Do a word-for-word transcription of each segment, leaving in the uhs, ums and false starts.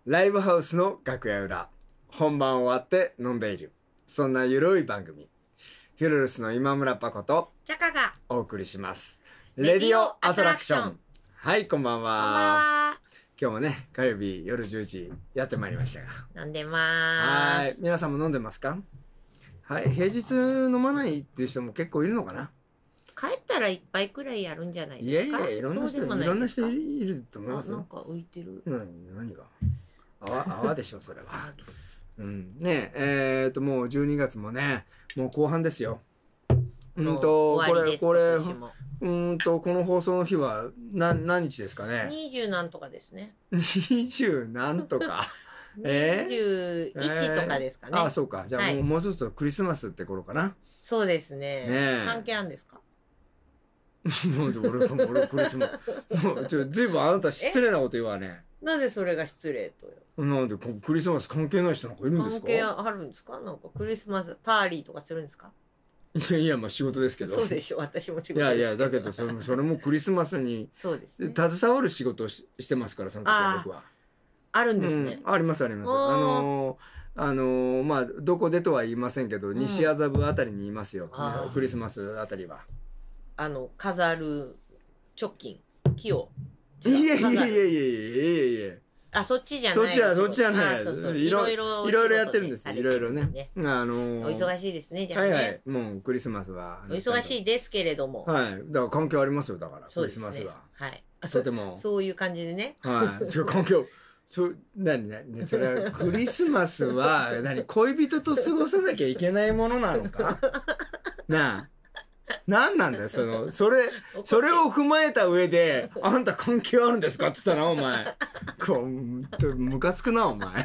ライブハウスの楽屋裏、本番終わって飲んでいる、そんなゆるい番組、ヒュルルスの今村パコとチャカがお送りします。レディオアトラクション。はい、こんばんは。 こんばんは。 今日もね、火曜日夜じゅうじやってまいりましたが。 飲んでまーす。 はい、皆さんも飲んでますか？はい、平日飲まないっていう人も結構いるのかな。 帰ったら一杯くらいやるんじゃないですか。 いやいや、いろんな人、いろんな人いるいると思いますよ。 なんか浮いてる。 何、何が泡、泡でしょ、それは。うん、ねえ、えっと、もうじゅうにがつもね、もう後半ですよ。うんと、これ、これ、うんと、この放送の日は何、何日ですかね。 にじゅうなんとかですね。 にじゅうなんとか。 えー、にじゅういちとかですかね。 ああ、そうか。じゃあもう、はい、もうそろそろクリスマスって頃かな。 そうですね。ね、関係あるんですか？ もう俺、俺クリスマス。もう、ちょ、ずいぶんあなた失礼なこと言うわね。 なぜそれが失礼と？ なんでクリスマス関係ない人なんかいるんですか？ 関係あるんですか？なんかクリスマスパーリーとかするんですか？ いやいや、まあ仕事ですけど。 そうでしょ、私も仕事ですけど。 いやいや、だけどそれも、それもクリスマスにそうですね、 携わる仕事を し, してますから、その時は僕は。 あるんですね。 うん、ありますあります。あのー、あのー、まあ、どこでとは言いませんけど、うん、西麻布あたりにいますよ。クリスマスあたりは。あの、飾る直近、木を。 いやいやいやいやいやいやいや。 あ、そっちじゃない。 そっちは、そっちじゃない。 そうそう。 いろいろ、いろいろやってるんです。いろいろね。あのー、お忙しいですね、じゃあね。 はいはい。もうクリスマスは。 お忙しいですけれども。 はい。だから関係ありますよ、だから。クリスマスは。 はい。 とても。 そういう感じでね。 はい。関係、そ、なになに、それは、クリスマスは、何、恋人と過ごさなきゃいけないものなのかなあ。何なんだよ、その、それ、それを踏まえた上で、あんた関係あるんですかって言ったな、お前。こう、ムカつくな、お前。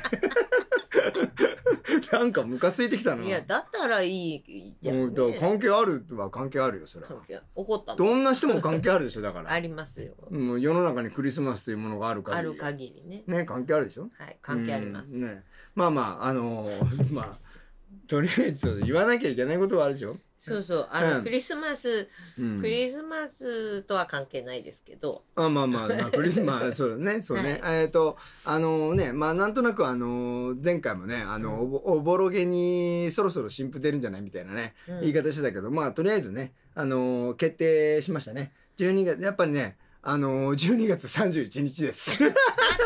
なんかムカついてきたな。 いや、だったらいいじゃん、ね。 うん、関係あるは関係あるよ、それは。 怒ったの？ どんな人も関係あるでしょ、だから。 ありますよ。 もう世の中にクリスマスというものがある限り。 ある限りね。 ね、関係あるでしょ？ はい、関係あります。 ね。まあまあ、あのー、まあ、とりあえず言わなきゃいけないことはあるでしょ？ そうそう。あの、うん、クリスマス、うん、クリスマスとは関係ないですけど。 あまあまあ、まあ、クリスマス、そうね、そうね。はい、えっと、あのね、まあなんとなくあの、前回もね、あの、うん、お, おぼろげにそろそろ新譜出るんじゃないみたいなね、うん、言い方してたけど、まあとりあえずね、あの、決定しましたね。じゅうにがつ、やっぱりね、あの、じゅうにがつさんじゅういちにちです。ま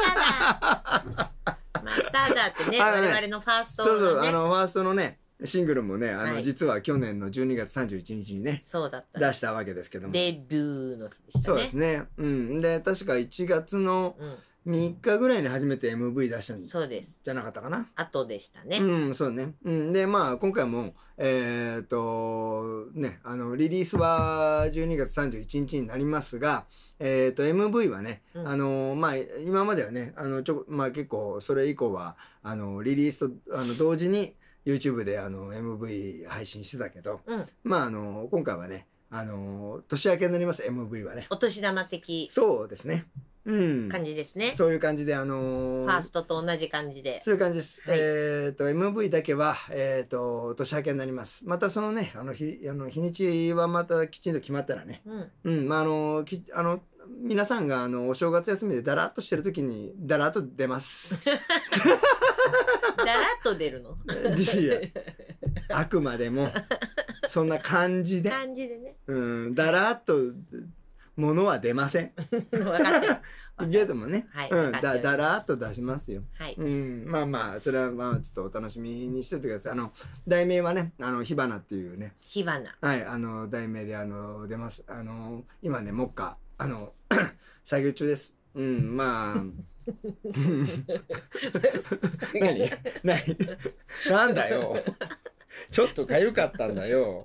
ただってね、ね我々のファーストの、ね。 そうそう、あの、ファーストのね、シングルもね、あの、はい、実は去年のじゅうにがつさんじゅういちにちにね、 そうだった出したわけですけども。 デビューの日でしたね。 そうですね。うん。で、確かいちがつのみっかぐらいに初めて エムブイ 出したんそうです。 じゃなかったかな。 後でしたね。 うん、そうね。うん。で、まあ、今回も、えー、っと、ね、あの、リリースはじゅうにがつさんじゅういちにちになりますが、えー、っと、エムブイ はね、うん、あの、まあ、今まではね、あの、ちょ、まあ結構、それ以降は、あの、リリースと、あの、同時に、YouTube であの エムブイ 配信してたけど、うん、まああの今回はねあの年明けになります。 エムブイ はねお年玉的そうですね、うん、 感じですね。 そういう感じであのー、ファーストと同じ感じでそういう感じです、はい、えっ、ー、と エムブイ だけはえっ、ー、と年明けになります。またそのねあの日あの日にちはまたきちんと決まったらね、うん、うん、まああのきあの皆さんがあのお正月休みでだらっとしてる時にだらっと出ますだらっと出るのいやあくまでもそんな感じで感じでね、 うん、だらっとものは出ません分かってるけどもね、 はい、 うん、だだらっと出しますよ、 はい、 うん、まあまあそれはまあちょっとお楽しみにしておいてください。あの題名はねあの火花っていうね火花はいあの題名であの出ます。あの今ね目下あの作業中です。うん、まあ。何何なんだよ。ちょっとかゆかったんだよ。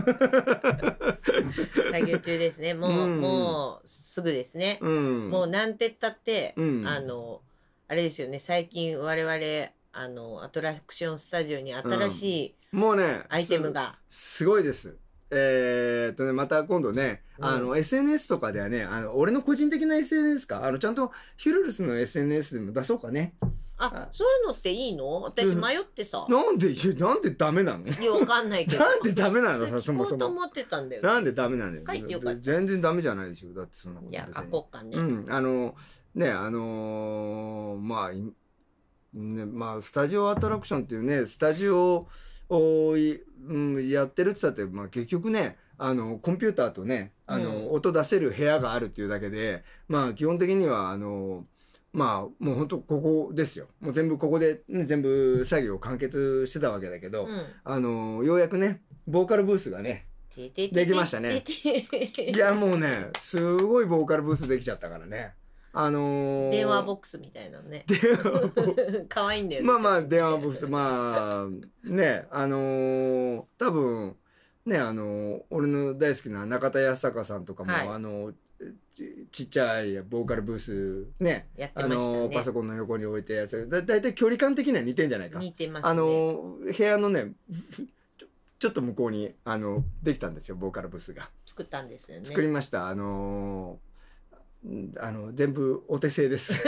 作業中ですね。もう、うん、もうすぐですね。うん、もうなんて言ったって、うん、あの、あれですよね。最近我々、あの、アトラクションスタジオに新しい、 うん、もうね、 アイテムがす。すごいです。えー、っとね、また今度ね、うん、あの、エスエヌエス とかではね、あの、俺の個人的な エスエヌエス か、あの、ちゃんとヒュルルスの エスエヌエス でも出そうかね。 あ、そういうのっていいの？私迷ってさ。 なんで、なんでダメなの？ いや、わかんないけど。 なんでダメなのさ、そもそも。 聞こうと思ってたんだよ、ね。 なんでダメなのよ。 書いてよかった。 全然ダメじゃないでしょ。だってそんなこと。 いや、書こうかね。 うん。あの、ね、あのー、まあ、 ね、まあスタジオアトラクションっていうねスタジオを、うん、やってるって言ったって、まあ、結局ねあのコンピューターとねあの、うん、音出せる部屋があるっていうだけでまあ基本的にはあのまあもう本当ここですよ。もう全部ここで、ね、全部作業完結してたわけだけど、うん、あのようやくねボーカルブースがねできましたね。いやもうねすごいボーカルブースできちゃったからね。あのー、 電話ボックスみたいなのね。かわいいんだよね。 まあまあ電話ボックスまあねあのー、多分ねあのー、俺の大好きな中田康隆さんとかも、はい、あのーち, ちっちゃいボーカルブースね、 やってましたね、 あのパソコンの横に置いてやつだだいたい距離感的には似てんじゃないか。 似てますね。 あの部屋のねちょっと向こうにあのできたんですよボーカルブースが。 作ったんですよね。 作りました。あのあの全部お手製です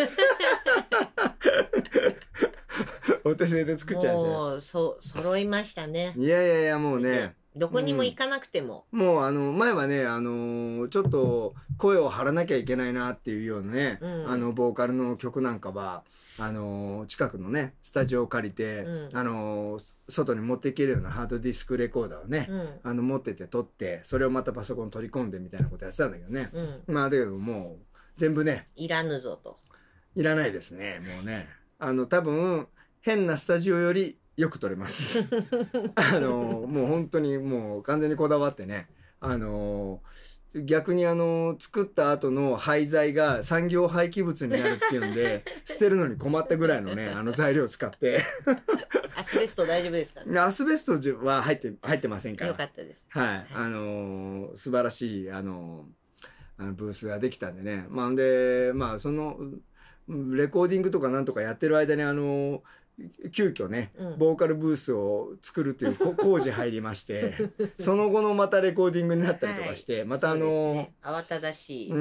お手製で作っちゃいました。 もうそ揃いましたね。 いやいやいやもうねどこにも行かなくても、 うん、もうあの前はねあのちょっと声を張らなきゃいけないなっていうようなね、うん、あのボーカルの曲なんかはあの近くのねスタジオを借りて、うん、あの外に持っていけるようなハードディスクレコーダーをね、うん、あの持ってて撮ってそれをまたパソコンに取り込んでみたいなことやってたんだけどね、うん、まあだけどもう全部ねいらぬぞといらないですねもうねあの多分変なスタジオよりよく撮れますあのもう本当にもう完全にこだわってねあの逆にあの作った後の廃材が産業廃棄物になるっていうんで捨てるのに困ったぐらいのねあの材料を使ってアスベスト大丈夫ですかね。 アスベストは入って入ってませんから。 よかったです。 はい、はい、あの素晴らしいあのあのブースができたんでねまあでまあそのレコーディングとかなんとかやってる間にあの急遽ね、うん、ボーカルブースを作るっていう工事入りましてその後のまたレコーディングになったりとかして、はい、またあの、ね、 慌ただしい、 うん、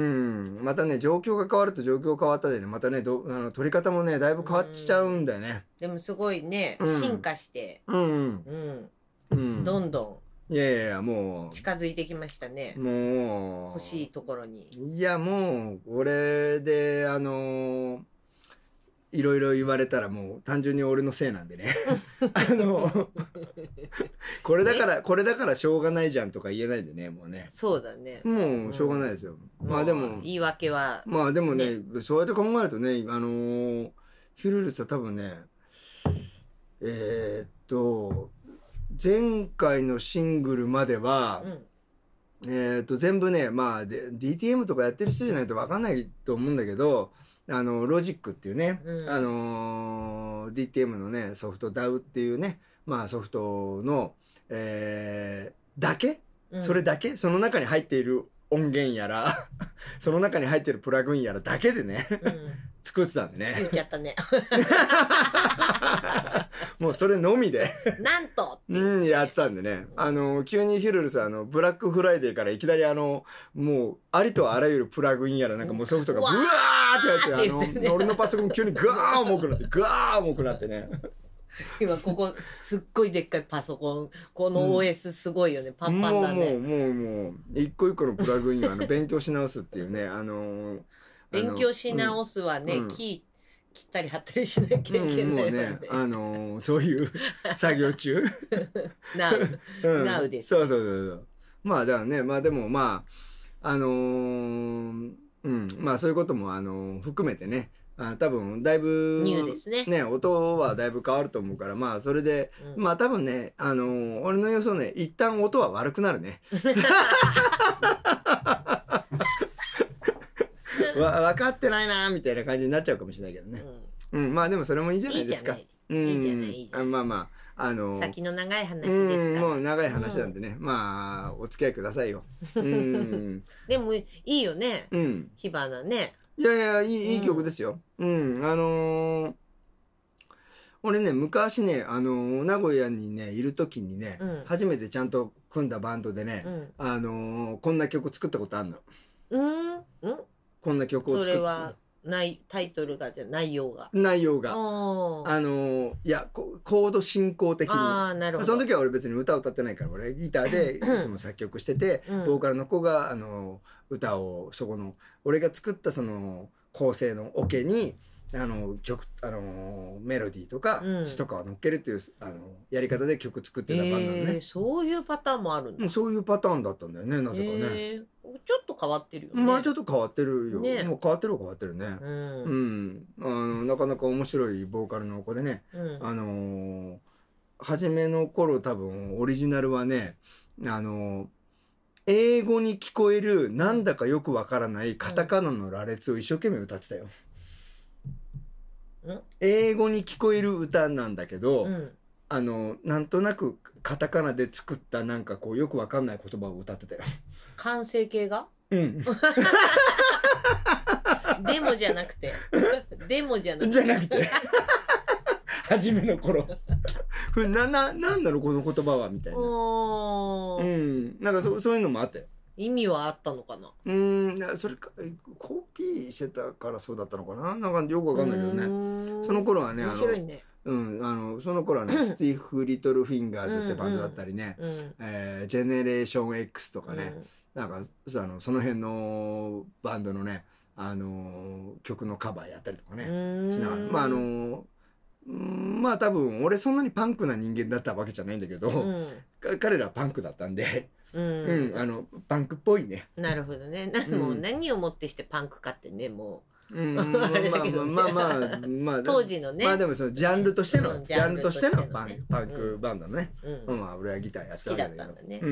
またね状況が変わると状況変わったでねまたねどあの撮り方もねだいぶ変わっちゃうんだよね。 でもすごいね、うん、進化して、 うんうんうん、どんどんいやいやいやもう近づいてきましたね。 もう欲しいところに。 いやもうこれであのいろいろ言われたらもう単純に俺のせいなんでねあのこれだから、ね、これだからしょうがないじゃんとか言えないんでねもうね。 そうだねもうしょうがないですよ、うん、まあでも言い訳はまあでもね、ね、そうやって考えるとねあのー、ヒルルスは多分ねえー、っと前回のシングルまでは、うん、えー、っと全部ねまあで ディーティーエム とかやってる人じゃないと分かんないと思うんだけどあのロジックっていうね、うん、あの ディーティーエム のねソフト ダウ っていうねまあソフトの、えー、だけ、うん、それだけその中に入っている音源やらその中に入っているプラグインやらだけでね、うん、作ってたんでね言っちゃったねもうそれのみでなんとうんやってたんでねあの急にヒルルさんあのブラックフライデーからいきなりあのもうありとあらゆるプラグインやらなんかもうソフトがブワーってやってあの俺のパソコン急にガー重くなってガー重くなってね今ここすっごいでっかいパソコンこの オーエス すごいよね、うん、パンパンだね。 もうもうもうもう一個一個のプラグインをあの勉強し直すっていうねあの勉強し直すはね、うん、キー切ったり貼ったりしなきゃいけない、 うん、もうねあのー、そういう作業中なう、うん、なうです、 ね、そうそうそうそうまあだからねまあでもまああのー、うんまあそういうこともあのー、含めてねあ多分だいぶニューですね。 ね音はだいぶ変わると思うからまあそれで、うん、まあ多分ねあのー、俺の予想ね一旦音は悪くなるねわ分かってないなみたいな感じになっちゃうかもしれないけどね、うん、うん、まあでもそれもいいじゃないですか。いいじゃない、いいじゃない、 まあまああのー、 先の長い話ですから、 もう長い話なんでね、うん、まあお付き合いくださいようんでもいいよね、うん、火花ね。 いやいやいい、いい曲ですよ。うん、うん、あのー、俺ね昔ね、あのー、名古屋にねいる時にね、うん、初めてちゃんと組んだバンドでね、うん、あのー、こんな曲作ったことあるの。うん、うん、こんな曲を作った。 それはないタイトルがじゃ内容が内容があのー、いやコード進行的にあなるほど。 その時は俺別に歌を歌ってないから俺ギターでいつも作曲してて、うん、ボーカルの子が、あのー、歌をそこの俺が作ったその構成のオケにあの曲あのメロディーとか詩とかを乗っけるっていう、あのやり方で曲作ってたバンドなのね、 えー、そういうパターンもあるんだ。 そういうパターンだったんだよね、なぜかね、 えー、ちょっと変わってるよね。 まあちょっと変わってるよ、 ね、 もう変わってる変わってるね、 うん、 うん、あのなかなか面白いボーカルの子でね、 うん、 あのー、初めの頃多分オリジナルはね、あのー、英語に聞こえるなんだかよくわからないカタカナの羅列を一生懸命歌ってたよ、うん、英語に聞こえる歌なんだけど、うん、あのなんとなくカタカナで作ったなんかこうよくわかんない言葉を歌ってたよ。 完成形が？うん。デモじゃなくて。デモじゃなくて。 じゃなくて。初めの頃。な、な、なんだろうこの言葉はみたいな。うん。なんかそそういうのもあって。 意味はあったのかな。 うん、それかコピーしてたからそうだったのかな。なんかよくわかんないけどね。その頃はね、 面白いね。 うん、あのその頃はねスティーフ・リトル・フィンガーズってバンドだったりね、うんうん、えー、ジェネレーション X とかね、うん、なんかあのその辺のバンドのね、あの曲のカバーやったりとかねしながら、まああのまあ多分俺そんなにパンクな人間だったわけじゃないんだけど、うん、彼らはパンクだったんで、うん、うん、あのパンクっぽいね。 なるほどね。なもう何をもってしてパンクかってね、もう。 うん、まあまあまあまあ当時のね、 まあでもそのジャンルとしての、うん、ジャンルとしてのパン、ね、パンクバンドのね、うん、まあ俺はギターやってた好きだったんだね、うん、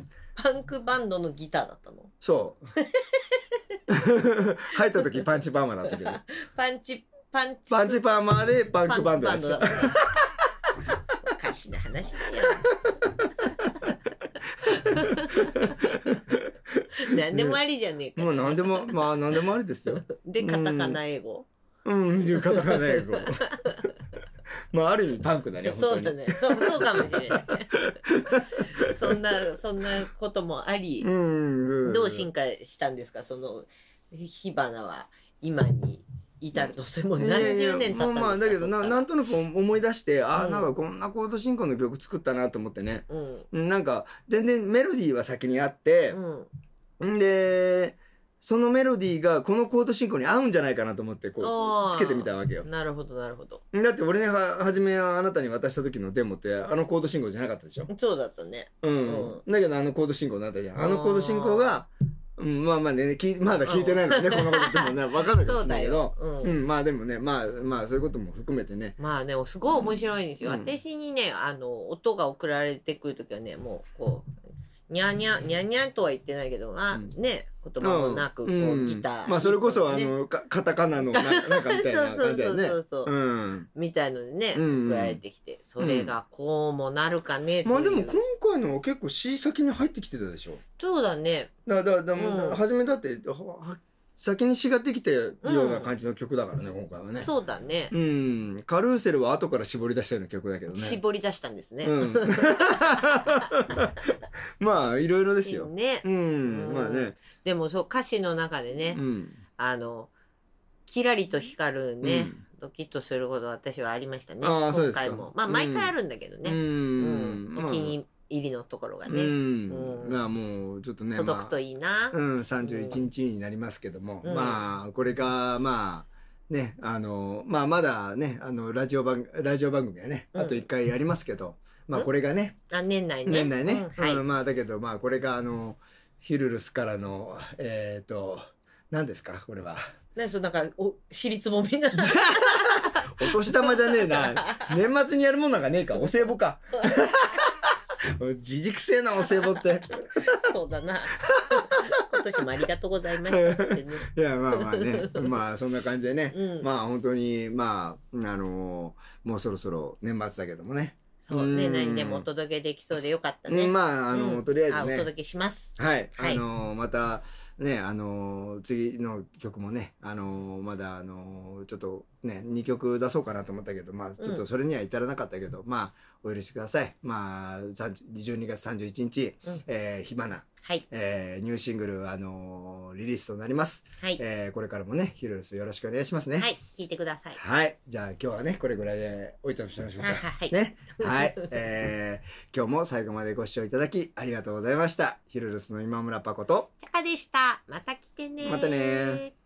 パンクバンドのギターだったの？ そう入った時パンチパーマだったけどパンチパンチパンチパーマでパンクバンドやってた。 おかしな話だよ何でもありじゃねえか、 ね、もう何でもまあ何でもありですよ。 でカタカナ英語。 うん、うん、カタカナ英語。まあある意味パンクだね。 そうだね。そうそうかもしれない。そんなそんなこともあり、うん、どう進化したんですか、その火花は今に至ると。それもう何十年経ったんですか。 まあだけど な, なんとなく思い出して、ああ、うん、なんかこんなコード進行の曲作ったなと思ってね、うん、なんか全然メロディーは先にあって、うん、でそのメロディーがこのコード進行に合うんじゃないかなと思ってこうつけてみたわけよ。 なるほどなるほど。 だって俺ねは初めはあなたに渡した時のデモってあのコード進行じゃなかったでしょ。 そうだったね。うん、 うん、だけどあのコード進行になったじゃん。あのコード進行がうん、まあまあね、まだ聞いてないのね、このこと言ってもね、わかんないかもしれないけど、うん、うん、まあでもね、まあまあそういうことも含めてね。 まあね、すごい面白いんですよ。うん、私にね、あの、音が送られてくるときはね、もう、こう、にゃにゃ、にゃにゃとは言ってないけど、まあね、言葉もなく、こう、ギター、ね。 まあそれこそ、あの、カタカナのな、なんかみたいな感じだよね。 そうそうそうそう。うん、みたいのでね、送られてきて、それがこうもなるかね、 まあでも今回のは結構 C 先に入ってきてたでしょ。 そうだね。 だだだ、うん、初めだって先に詩ができたような感じの曲だからね、うん、今回はね。 そうだね。 うん。カルーセルは後から絞り出したような曲だけどね。 絞り出したんですね。うん、 まあいろいろですよ。 ね。 うん。うん、まあね。 でもそう歌詞の中でね、うん、あのキラリと光るね、うん、ドキッとすること私はありましたね。 あ、 今回も。まあ毎回あるんだけどね。うん。うん、お気に入りのところがね。うん。 まあもうちょっとね。 届くといいな。 うん。さんじゅういちにちになりますけども、うん、まあこれがまあね、あのまあまだね、あのラジオ番ラジオ番組はね、あといっかいやりますけど、うん、まあこれがね。 あ、年内ね。 年内ね。うん、はい。うん、まあだけどまあこれがあのヒルルスからのえっ、ー、と何ですかこれは。 何そのなんかお尻つぼみが。 お年玉じゃねえな。年末にやるもんなんかねえか。お歳暮か。じじくせえなお歳暮って。 そうだな。今年もありがとうございましたってね。 いやまあまあね、まあそんな感じでね、うん、まあ本当にまああのー、もうそろそろ年末だけどもね。 そうね、何でもお届けできそうでよかったね。 まああの、うん、とりあえずね。 お届けします。 はい。はい、あのー、また。ね、あのー、次の曲もね、あのー、まだ、あのー、ちょっとね、にきょく出そうかなと思ったけど、まあ、ちょっとそれには至らなかったけど、うん、まあ、お許しください。まあ、じゅうにがつさんじゅういちにち、うん、えー、火花、はい、えー、ニューシングル、あのー、リリースとなります。はい、えー、これからもね、ヒルルスよろしくお願いしますね。 はい、聞いてください。 はい。じゃあ、今日はね、これぐらいでおいとしましょうか。はい。ね。はい。えー、今日も最後までご視聴いただきありがとうございました。ヒルルスの今村パコと、 チャカでした。また来てね。 またね。